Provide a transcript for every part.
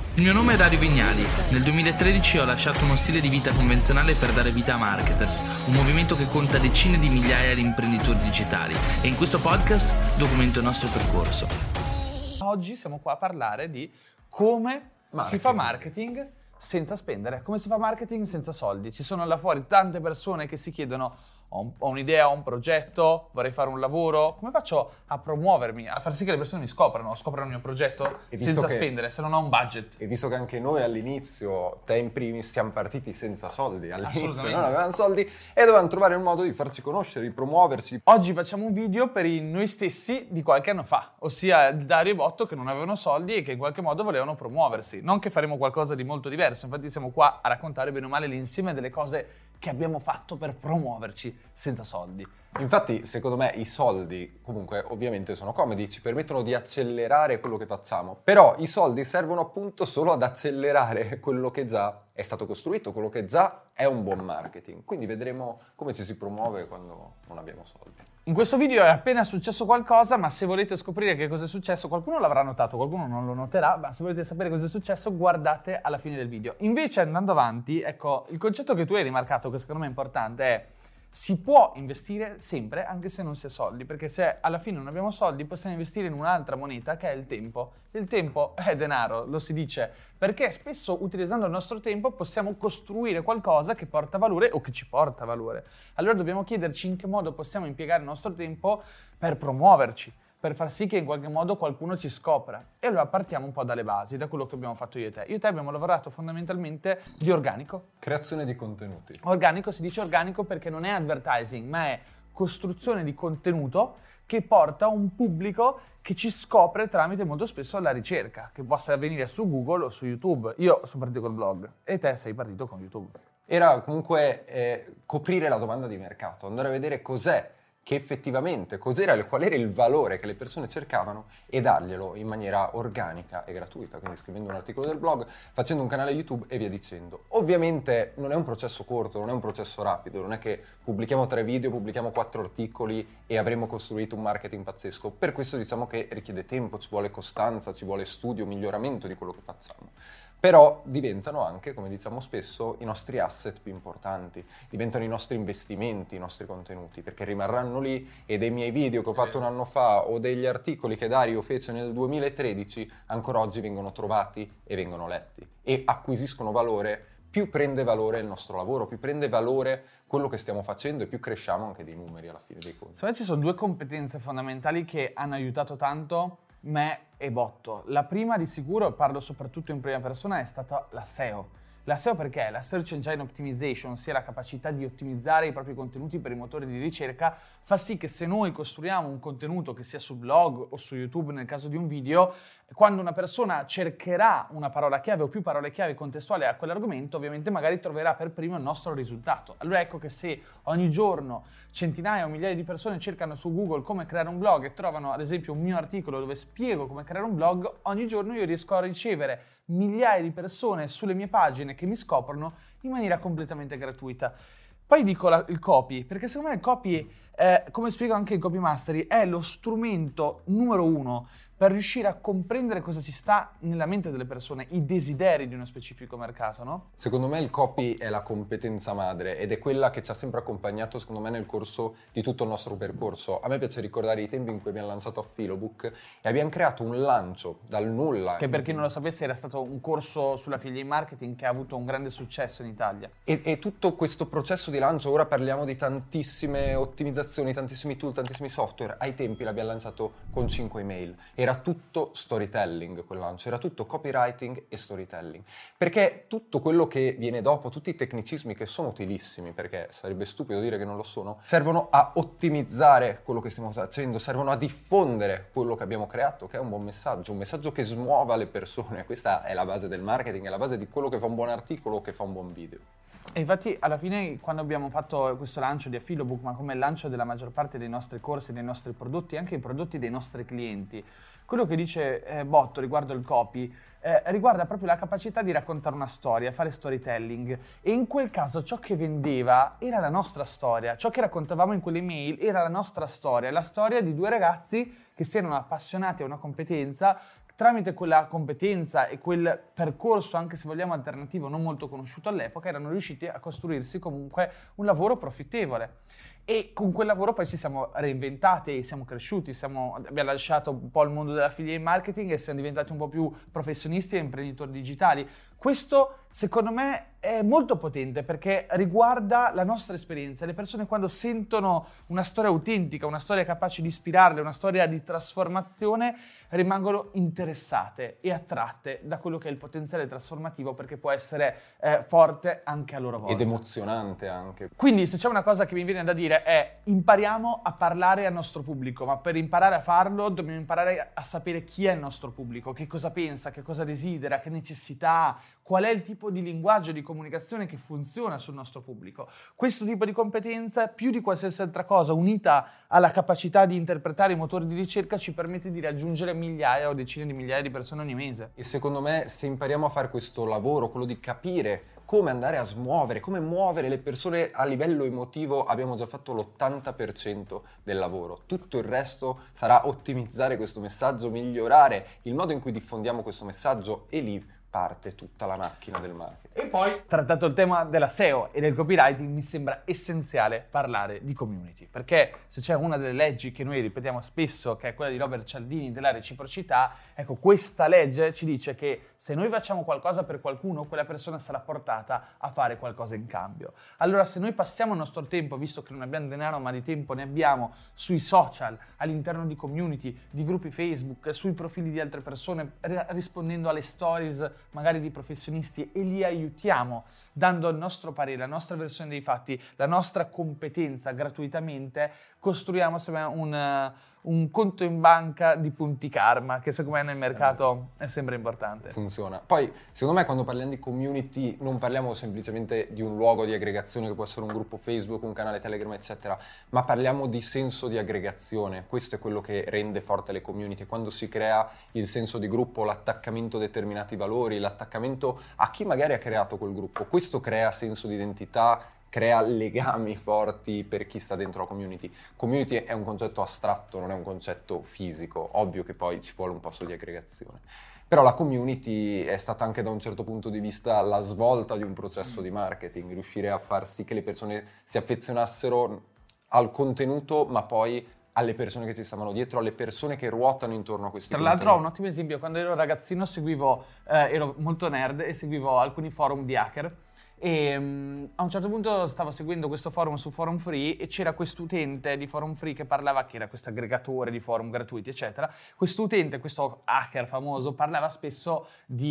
Il mio nome è Dario Vignali. Nel 2013 ho lasciato uno stile di vita convenzionale per dare vita a Marketers, un movimento che conta decine di migliaia di imprenditori digitali, e in questo podcast documento il nostro percorso. Oggi siamo qua a parlare di come si fa marketing senza spendere, come si fa marketing senza soldi. Ci sono là fuori tante persone che si chiedono: ho un'idea, ho un progetto, vorrei fare un lavoro, come faccio a promuovermi, a far sì che le persone mi scoprano il mio progetto senza spendere, se non ho un budget? E visto che anche noi all'inizio, te in primis, siamo partiti senza soldi, all'inizio non avevamo soldi e dovevamo trovare un modo di farci conoscere, di promuoversi. Oggi facciamo un video per i noi stessi di qualche anno fa, ossia Dario e Botto che non avevano soldi e che in qualche modo volevano promuoversi. Non che faremo qualcosa di molto diverso, infatti siamo qua a raccontare bene o male l'insieme delle cose che abbiamo fatto per promuoverci senza soldi. Infatti, secondo me, i soldi comunque ovviamente sono comodi, ci permettono di accelerare quello che facciamo, però i soldi servono appunto solo ad accelerare quello che già è stato costruito, quello che già è un buon marketing. Quindi vedremo come ci si promuove quando non abbiamo soldi. In questo video è appena successo qualcosa, ma se volete scoprire che cosa è successo, qualcuno l'avrà notato, qualcuno non lo noterà, ma se volete sapere cosa è successo, guardate alla fine del video. Invece, andando avanti, ecco, il concetto che tu hai rimarcato, che secondo me è importante, è: si può investire sempre anche se non si ha soldi, perché se alla fine non abbiamo soldi possiamo investire in un'altra moneta che è il tempo. Il tempo è denaro, lo si dice, perché spesso utilizzando il nostro tempo possiamo costruire qualcosa che porta valore o che ci porta valore. Allora dobbiamo chiederci in che modo possiamo impiegare il nostro tempo per promuoverci, per far sì che in qualche modo qualcuno ci scopra. E allora partiamo un po' dalle basi, da quello che abbiamo fatto io e te. Io e te abbiamo lavorato fondamentalmente di organico. Creazione di contenuti. Organico, si dice organico perché non è advertising, ma è costruzione di contenuto che porta un pubblico che ci scopre tramite molto spesso la ricerca, che possa avvenire su Google o su YouTube. Io sono partito col blog e te sei partito con YouTube. Era comunque coprire la domanda di mercato, andare a vedere cos'è che effettivamente, qual era il valore che le persone cercavano e darglielo in maniera organica e gratuita, quindi scrivendo un articolo del blog, facendo un canale YouTube e via dicendo. Ovviamente non è un processo corto, non è un processo rapido, non è che pubblichiamo 3 video, pubblichiamo 4 articoli e avremo costruito un marketing pazzesco. Per questo diciamo che richiede tempo, ci vuole costanza, ci vuole studio, miglioramento di quello che facciamo. Però diventano anche, come diciamo spesso, i nostri asset più importanti, diventano i nostri investimenti, i nostri contenuti, perché rimarranno lì e dei miei video che ho fatto un anno fa o degli articoli che Dario fece nel 2013 ancora oggi vengono trovati e vengono letti e acquisiscono valore. Più prende valore il nostro lavoro, più prende valore quello che stiamo facendo e più cresciamo anche dei numeri alla fine dei conti. Secondo me ci sono 2 competenze fondamentali che hanno aiutato tanto me e Botto. La prima di sicuro, parlo soprattutto in prima persona, è stata la SEO. La SEO perché? La Search Engine Optimization, ossia la capacità di ottimizzare i propri contenuti per i motori di ricerca, fa sì che se noi costruiamo un contenuto che sia sul blog o su YouTube nel caso di un video, quando una persona cercherà una parola chiave o più parole chiave contestuali a quell'argomento, ovviamente magari troverà per primo il nostro risultato. Allora ecco che se ogni giorno centinaia o migliaia di persone cercano su Google come creare un blog e trovano ad esempio un mio articolo dove spiego come creare un blog, ogni giorno io riesco a ricevere migliaia di persone sulle mie pagine che mi scoprono in maniera completamente gratuita. Poi dico il copy, perché secondo me il copy, come spiego anche il Copy Mastery, è lo strumento numero 1 per riuscire a comprendere cosa ci sta nella mente delle persone, i desideri di uno specifico mercato, no? Secondo me il copy è la competenza madre ed è quella che ci ha sempre accompagnato, secondo me, nel corso di tutto il nostro percorso. A me piace ricordare i tempi in cui abbiamo lanciato Affilobook e abbiamo creato un lancio dal nulla. Che per chi non lo sapesse era stato un corso sulla affiliate marketing che ha avuto un grande successo in Italia. E tutto questo processo di lancio, ora parliamo di tantissime ottimizzazioni, tantissimi tool, tantissimi software. Ai tempi l'abbiamo lanciato con 5 email. Era tutto storytelling quel lancio, era tutto copywriting e storytelling, perché tutto quello che viene dopo, tutti i tecnicismi che sono utilissimi, perché sarebbe stupido dire che non lo sono, servono a ottimizzare quello che stiamo facendo, servono a diffondere quello che abbiamo creato, che è un buon messaggio, un messaggio che smuova le persone. Questa è la base del marketing, è la base di quello che fa un buon articolo o che fa un buon video. E infatti alla fine quando abbiamo fatto questo lancio di Affilobook, ma come il lancio della maggior parte dei nostri corsi, dei nostri prodotti, anche i prodotti dei nostri clienti, quello che dice Botto riguardo il copy riguarda proprio la capacità di raccontare una storia, fare storytelling, e in quel caso ciò che vendeva era la nostra storia, ciò che raccontavamo in quelle mail era la nostra storia, la storia di 2 ragazzi che si erano appassionati a una competenza tramite quella competenza e quel percorso, anche se vogliamo alternativo, non molto conosciuto all'epoca, erano riusciti a costruirsi comunque un lavoro profittevole. E con quel lavoro poi ci siamo reinventati e siamo cresciuti, abbiamo lasciato un po' il mondo dell'affiliate marketing e siamo diventati un po' più professionisti e imprenditori digitali. Questo secondo me è molto potente perché riguarda la nostra esperienza. Le persone quando sentono una storia autentica, una storia capace di ispirarle, una storia di trasformazione, rimangono interessate e attratte da quello che è il potenziale trasformativo, perché può essere forte anche a loro volta. Ed emozionante anche. Quindi se c'è una cosa che mi viene da dire è: impariamo a parlare al nostro pubblico, ma per imparare a farlo dobbiamo imparare a sapere chi è il nostro pubblico, che cosa pensa, che cosa desidera, che necessità ha, qual è il tipo di linguaggio, di comunicazione che funziona sul nostro pubblico. Questo tipo di competenza, più di qualsiasi altra cosa, unita alla capacità di interpretare i motori di ricerca, ci permette di raggiungere migliaia o decine di migliaia di persone ogni mese. E secondo me, se impariamo a fare questo lavoro, quello di capire come andare a smuovere, come muovere le persone a livello emotivo, abbiamo già fatto l'80% del lavoro. Tutto il resto sarà ottimizzare questo messaggio, migliorare il modo in cui diffondiamo questo messaggio, e lì parte tutta la macchina del marketing. E poi, trattato il tema della SEO e del copywriting, mi sembra essenziale parlare di community, perché se c'è una delle leggi che noi ripetiamo spesso, che è quella di Robert Cialdini della reciprocità, ecco, questa legge ci dice che se noi facciamo qualcosa per qualcuno, quella persona sarà portata a fare qualcosa in cambio. Allora, se noi passiamo il nostro tempo, visto che non abbiamo denaro ma di tempo ne abbiamo, sui social, all'interno di community, di gruppi Facebook, sui profili di altre persone, rispondendo alle stories magari di professionisti, e li aiutiamo dando il nostro parere, la nostra versione dei fatti, la nostra competenza gratuitamente, costruiamo un conto in banca di punti karma, che secondo me nel mercato sembra importante. Funziona. Poi, secondo me, quando parliamo di community non parliamo semplicemente di un luogo di aggregazione che può essere un gruppo Facebook, un canale Telegram, eccetera, ma parliamo di senso di aggregazione. Questo è quello che rende forte le community. Quando si crea il senso di gruppo, l'attaccamento a determinati valori, l'attaccamento a chi magari ha creato quel gruppo, questo crea senso di identità, crea legami forti per chi sta dentro la community. Community è un concetto astratto, non è un concetto fisico. Ovvio che poi ci vuole un posto di aggregazione. Però la community è stata anche da un certo punto di vista la svolta di un processo di marketing, riuscire a far sì che le persone si affezionassero al contenuto, ma poi alle persone che ci stavano dietro, alle persone che ruotano intorno a questi contenuti. Tra l'altro ho un ottimo esempio: quando ero ragazzino ero molto nerd e seguivo alcuni forum di hacker. E a un certo punto stavo seguendo questo forum su Forum Free e c'era quest'utente di Forum Free che parlava, che era questo aggregatore di forum gratuiti eccetera. Quest'utente, questo hacker famoso, parlava spesso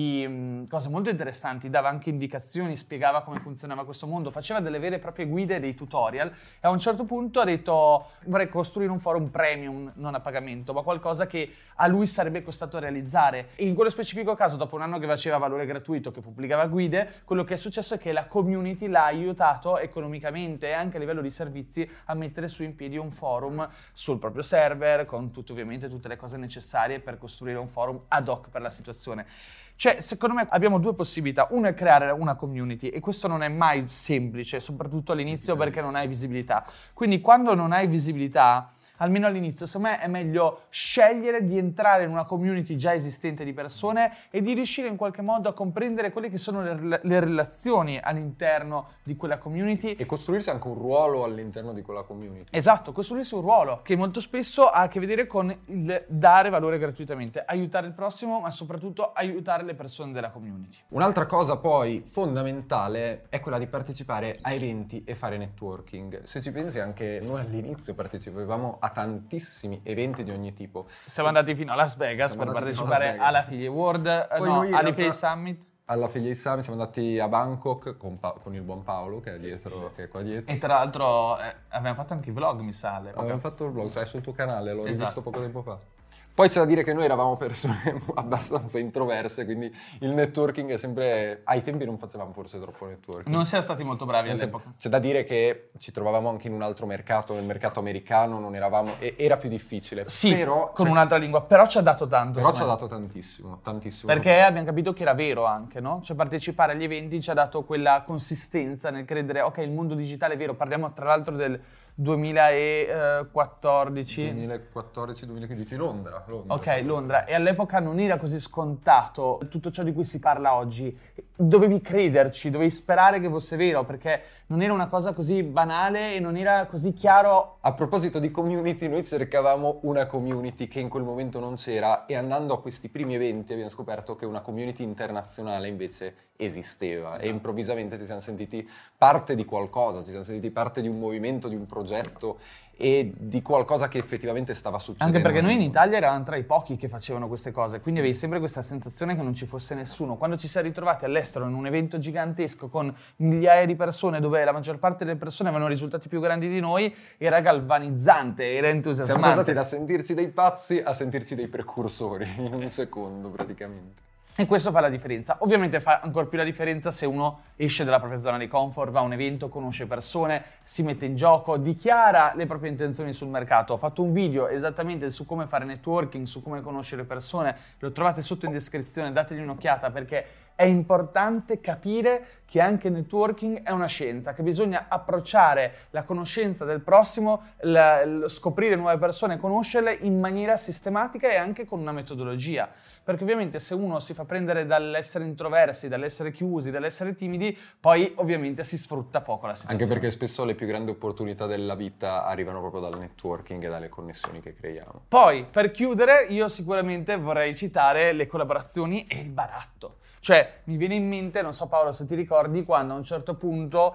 di cose molto interessanti, dava anche indicazioni, spiegava come funzionava questo mondo, faceva delle vere e proprie guide, dei tutorial, e a un certo punto ha detto: vorrei costruire un forum premium, non a pagamento, ma qualcosa che a lui sarebbe costato realizzare. E in quello specifico caso, dopo un anno che faceva valore gratuito, che pubblicava guide, quello che è successo è che la community l'ha aiutato economicamente e anche a livello di servizi a mettere su in piedi un forum sul proprio server, con ovviamente tutte le cose necessarie per costruire un forum ad hoc per la situazione. Cioè, secondo me abbiamo due possibilità. Una è creare una community, e questo non è mai semplice, soprattutto all'inizio, perché non hai visibilità. Quindi quando non hai visibilità, almeno all'inizio, secondo me è meglio scegliere di entrare in una community già esistente di persone e di riuscire in qualche modo a comprendere quelle che sono le relazioni all'interno di quella community. E costruirsi anche un ruolo all'interno di quella community. Esatto, costruirsi un ruolo che molto spesso ha a che vedere con il dare valore gratuitamente, aiutare il prossimo, ma soprattutto aiutare le persone della community. Un'altra cosa poi fondamentale è quella di partecipare a eventi e fare networking. Se ci pensi, anche noi all'inizio partecipavamo a tantissimi eventi di ogni tipo. Siamo andati fino a Las Vegas per partecipare alla Affiliate World, all'Affiliate Summit. Alla Affiliate Summit siamo andati a Bangkok con il buon Paolo che è dietro, che è qua dietro. E tra l'altro abbiamo fatto anche i vlog, mi sa. Abbiamo fatto il vlog, sai, sul tuo canale, l'ho rivisto poco tempo fa. Poi c'è da dire che noi eravamo persone abbastanza introverse, quindi il networking è sempre... Ai tempi non facevamo forse troppo networking. Non siamo stati molto bravi all'epoca. C'è da dire che ci trovavamo anche in un altro mercato, nel mercato americano, non eravamo... era più difficile. Sì, però, con un'altra lingua, però ci ha dato tanto. Però ci ha dato tantissimo, tantissimo. Perché abbiamo capito che era vero anche, no? Cioè partecipare agli eventi ci ha dato quella consistenza nel credere, ok, il mondo digitale è vero. Parliamo tra l'altro del 2014. 2014-2015, Londra. Ok, Londra. E all'epoca non era così scontato tutto ciò di cui si parla oggi. Dovevi crederci, dovevi sperare che fosse vero, perché non era una cosa così banale e non era così chiaro. A proposito di community, noi cercavamo una community che in quel momento non c'era, e andando a questi primi eventi abbiamo scoperto che una community internazionale invece esisteva. Esatto. E improvvisamente ci siamo sentiti parte di qualcosa, ci siamo sentiti parte di un movimento, di un progetto e di qualcosa che effettivamente stava succedendo. Anche perché noi in Italia eravamo tra i pochi che facevano queste cose, quindi avevi sempre questa sensazione che non ci fosse nessuno. Quando ci siamo ritrovati all'estero in un evento gigantesco con migliaia di persone, dove la maggior parte delle persone avevano risultati più grandi di noi, era galvanizzante, era entusiasmante. Siamo passati da sentirci dei pazzi a sentirci dei precursori in un secondo praticamente. E questo fa la differenza. Ovviamente fa ancora più la differenza se uno esce dalla propria zona di comfort, va a un evento, conosce persone, si mette in gioco, dichiara le proprie intenzioni sul mercato. Ho fatto un video esattamente su come fare networking, su come conoscere persone, lo trovate sotto in descrizione, dategli un'occhiata perché è importante capire che anche il networking è una scienza, che bisogna approcciare la conoscenza del prossimo, scoprire nuove persone, conoscerle in maniera sistematica e anche con una metodologia. Perché ovviamente se uno si fa prendere dall'essere introversi, dall'essere chiusi, dall'essere timidi, poi ovviamente si sfrutta poco la situazione. Anche perché spesso le più grandi opportunità della vita arrivano proprio dal networking e dalle connessioni che creiamo. Poi, per chiudere, io sicuramente vorrei citare le collaborazioni e il baratto. Cioè, mi viene in mente, non so Paolo se ti ricordi, quando a un certo punto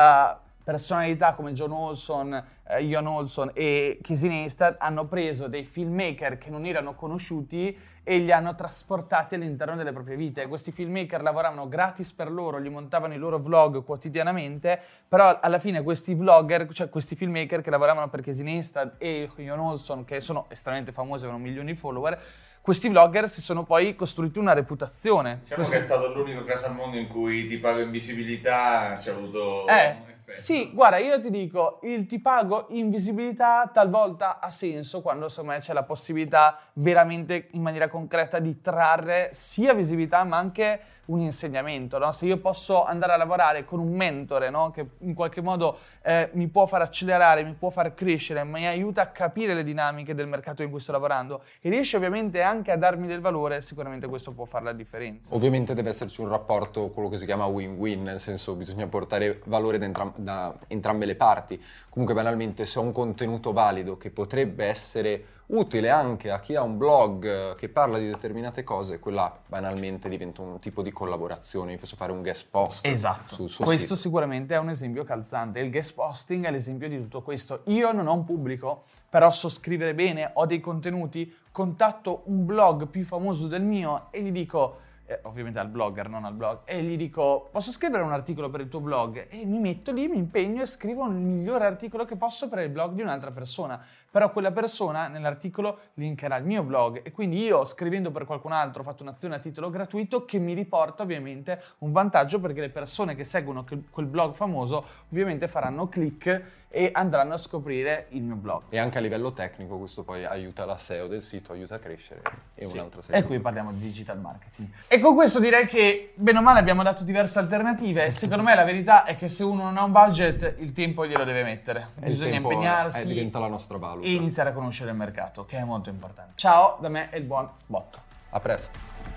personalità come John Olson, Ian Olson e Casey Neistat hanno preso dei filmmaker che non erano conosciuti e li hanno trasportati all'interno delle proprie vite. Questi filmmaker lavoravano gratis per loro, gli montavano i loro vlog quotidianamente, però alla fine questi vlogger, cioè questi filmmaker che lavoravano per Casey Neistat e Ian Olson, che sono estremamente famosi, avevano milioni di follower, questi vlogger si sono poi costruiti una reputazione. Diciamo che è stato l'unico caso al mondo in cui ti pago in visibilità, ci ha avuto un effetto. Sì, guarda, io ti dico, il ti pago in visibilità talvolta ha senso quando secondo me c'è la possibilità veramente in maniera concreta di trarre sia visibilità ma anche un insegnamento, no? Se io posso andare a lavorare con un mentore, no? Che in qualche modo mi può far accelerare, mi può far crescere, mi aiuta a capire le dinamiche del mercato in cui sto lavorando e riesce ovviamente anche a darmi del valore, sicuramente questo può fare la differenza. Ovviamente deve esserci un rapporto, quello che si chiama win-win, nel senso bisogna portare valore da entrambe le parti. Comunque banalmente se ho un contenuto valido che potrebbe essere utile anche a chi ha un blog che parla di determinate cose, quella banalmente diventa un tipo di collaborazione. Io posso fare un guest post. Esatto, sul suo questo sito. Sicuramente è un esempio calzante. Il guest posting è l'esempio di tutto questo. Io non ho un pubblico, però so scrivere bene, ho dei contenuti, contatto un blog più famoso del mio e gli dico, ovviamente al blogger, non al blog, e gli dico, posso scrivere un articolo per il tuo blog? E mi metto lì, mi impegno e scrivo il migliore articolo che posso per il blog di un'altra persona. Però quella persona nell'articolo linkerà il mio blog e quindi io scrivendo per qualcun altro ho fatto un'azione a titolo gratuito che mi riporta ovviamente un vantaggio perché le persone che seguono quel blog famoso ovviamente faranno click e andranno a scoprire il mio blog. E anche a livello tecnico questo poi aiuta la SEO del sito, aiuta a crescere e sì. Un'altra serie. E qui parliamo di digital marketing. E con questo direi che bene o male abbiamo dato diverse alternative. Secondo me la verità è che se uno non ha un budget il tempo glielo deve mettere. Bisogna impegnarsi. Diventa la nostra valuta. E iniziare a conoscere il mercato, che è molto importante. Ciao, da me è il buon Botto. A presto.